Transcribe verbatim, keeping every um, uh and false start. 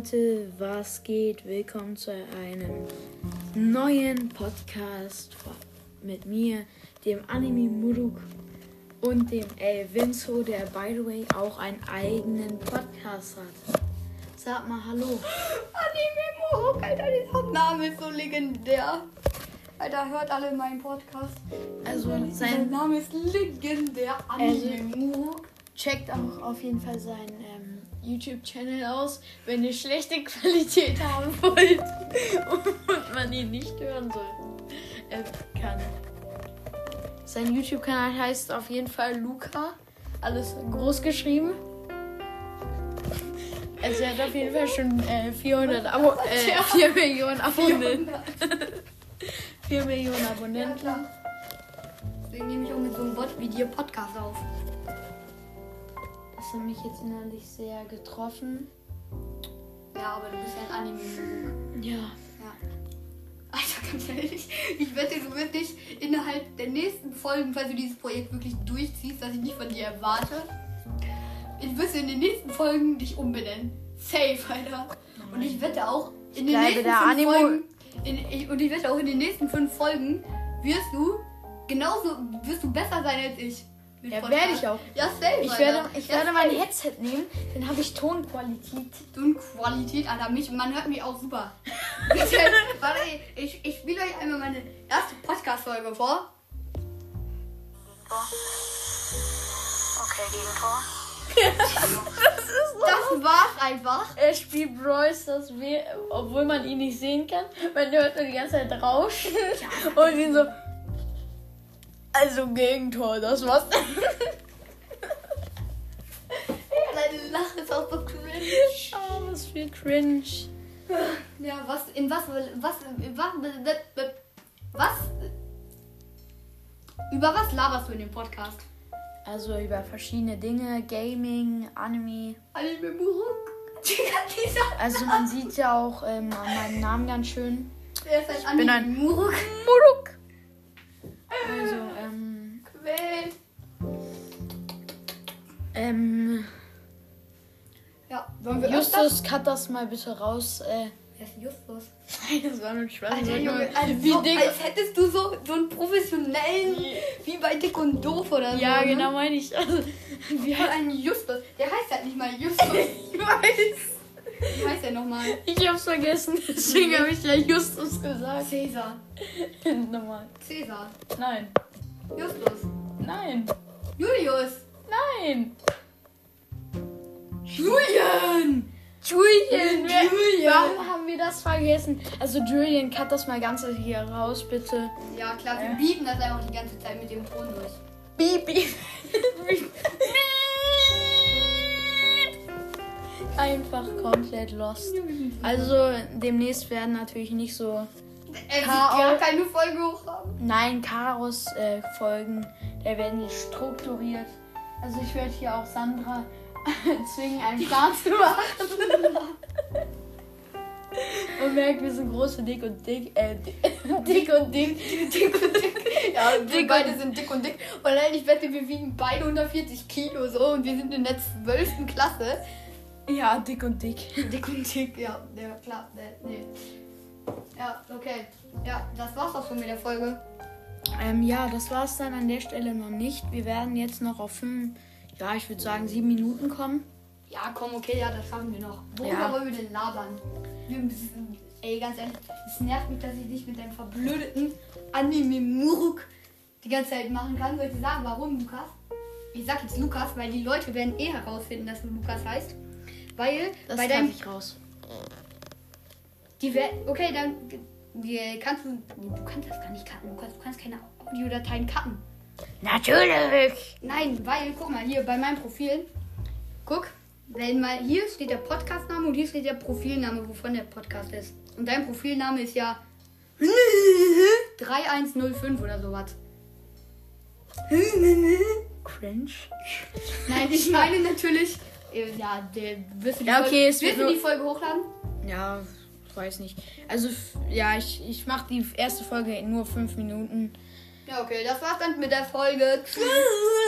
Leute, was geht? Willkommen zu einem neuen Podcast mit mir, dem Anime Muruk und dem El Vinzo, der by the way auch einen eigenen Podcast hat. Sag mal Hallo. Anime Muruk, Alter, dieser Name ist so legendär. Alter, hört alle meinen Podcast. Also sein sein Name ist legendär. Anime Also- Muruk. Checkt auch auf jeden Fall seinen ähm, YouTube-Channel aus, wenn ihr schlechte Qualität haben wollt und man ihn nicht hören soll. Äh, kann. Sein YouTube-Kanal heißt auf jeden Fall Luca. Alles groß geschrieben. Also er hat auf jeden Fall schon äh, vierhundert Abo äh, vier Millionen Abonnenten. vier Millionen Abonnenten. Ja, deswegen nehme ich auch mit so einem Bot-Video Podcast auf. Das hat mich jetzt innerlich sehr getroffen. Ja, aber du bist ja ein Anime Muruk. Ja. Ja. Alter, ganz ehrlich, ich wette, du wirst dich innerhalb der nächsten Folgen, falls du dieses Projekt wirklich durchziehst, was ich nicht von dir erwarte, ich wirst in den nächsten Folgen dich umbenennen. Safe, Alter. Und ich wette auch in den bleibe nächsten der fünf Animo- Folgen, in, ich, und ich wette auch in den nächsten fünf Folgen wirst du genauso, wirst du besser sein als ich. Mit Ja, Podcast. werde ich auch. Ja, safe, Ich Alter. werde, ich ja, werde safe. mein Headset nehmen, dann habe ich Tonqualität. Tonqualität, Alter, mich, man hört mich auch super. Warte, ich, ich spiele euch einmal meine erste Podcast-Folge vor. Okay, Gegentor. Das war's einfach. Er spielt Brawl Stars, we- obwohl man ihn nicht sehen kann. Man hört nur die ganze Zeit Rauschen und ihn so. Also Gegentor, das war's. Deine Lache ist auch so cringe. Oh, was für cringe. Ja, was, in was, was, was, was, über was laberst du in dem Podcast? Also über verschiedene Dinge, Gaming, Anime. Anime Muruk. Dieser, Also man sieht ja auch ähm, an meinem Namen ganz schön. der ist ein bin Anime ein- Muruk. Muruk. Also, ähm, Quäl. ähm, Ja, wollen wir Justus, cut das mal bitte raus. Äh, Wer ist Justus? Nein, das war nur Spaß. Alter, Ich wollte Junge, nur- also wie so, dick. als hättest du so, so einen professionellen, wie bei Dick und Doof oder so. Ja, ne? genau meine ich. Also, wie Von heißt, einem Justus. Der heißt halt nicht mal Justus. ich weiß. Wie heißt der nochmal? Ich hab's vergessen, deswegen habe ich ja Justus gesagt. Cäsar. Nochmal. Cäsar. Nein. Justus. Nein. Julius. Nein. Julian. Julian. wer- Julian. Warum haben wir das vergessen? Also Julian, cut das mal ganz hier raus, bitte. Ja, klar, wir Äh. bieten das einfach die ganze Zeit mit dem Ton durch. Bibi. Einfach komplett lost. Also demnächst werden natürlich nicht so, Er wird Chaos. gar keine Folge hochhaben. nein, Chaos-Folgen. Da werden die strukturiert. Also ich werde hier auch Sandra zwingen, einen Plan zu machen. Und merkt, wir sind große Dick und Dick. Äh, Dick, dick und Dick. Dick und dick. Ja, wir Dick beide und- sind dick und dick. Und dann, ich wette, wir wiegen beide hundertvierzig Kilo so und wir sind in der zwölften Klasse. Ja, Dick und Dick. Dick und dick, ja, ja klar. Nee, nee. Ja, okay. Ja, das war's auch schon mit der Folge. Ähm, ja, das war es dann an der Stelle noch nicht. Wir werden jetzt noch auf fünf, ja, ich würde sagen sieben Minuten kommen. Ja, komm, okay, ja, das schaffen wir noch. Worüber Ja. wollen wir denn labern? Wir müssen, ey, ganz ehrlich, es nervt mich, dass ich nicht mit deinem verblödeten Anime Muruk die ganze Zeit machen kann. Soll ich dir sagen, warum, Lukas? Ich sag jetzt Lukas, weil die Leute werden eh herausfinden, dass du Lukas heißt. Weil Das bei kann deinem... ich raus. Die wer- okay, dann die, kannst du... Du kannst das gar nicht cutten, Lukas. Du kannst keine Audiodateien cutten. Natürlich! Nein, weil, guck mal, hier bei meinem Profil, guck, wenn mal hier steht der Podcastname und hier steht der Profilname, wovon der Podcast ist. Und dein Profilname ist ja drei eins null fünf oder sowas. Cringe. Nein, ich meine natürlich, äh, ja, der, wirst du die, Ja, okay, es Folge, wird wirst du nur- die Folge hochladen? Ja, ich weiß nicht. Also, f- ja, ich, ich mache die erste Folge in nur fünf Minuten. Ja, okay, das war's dann mit der Folge. Tschüss.